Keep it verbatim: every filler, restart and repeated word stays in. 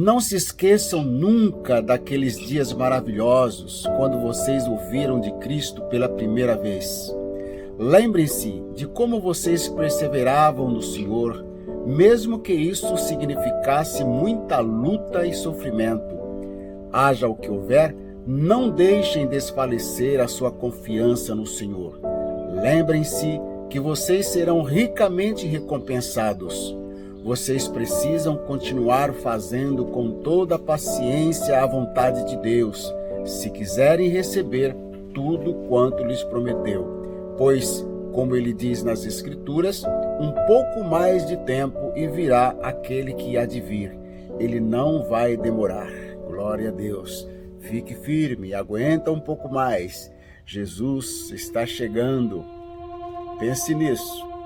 Não se esqueçam nunca daqueles dias maravilhosos quando vocês ouviram de Cristo pela primeira vez. Lembrem-se de como vocês perseveravam no Senhor, mesmo que isso significasse muita luta e sofrimento. Haja o que houver, não deixem desfalecer a sua confiança no Senhor. Lembrem-se que vocês serão ricamente recompensados. Vocês precisam continuar fazendo com toda a paciência a vontade de Deus, se quiserem receber tudo quanto lhes prometeu. Pois, como ele diz nas Escrituras, um pouco mais de tempo e virá aquele que há de vir. Ele não vai demorar. Glória a Deus. Fique firme, aguenta um pouco mais. Jesus está chegando. Pense nisso.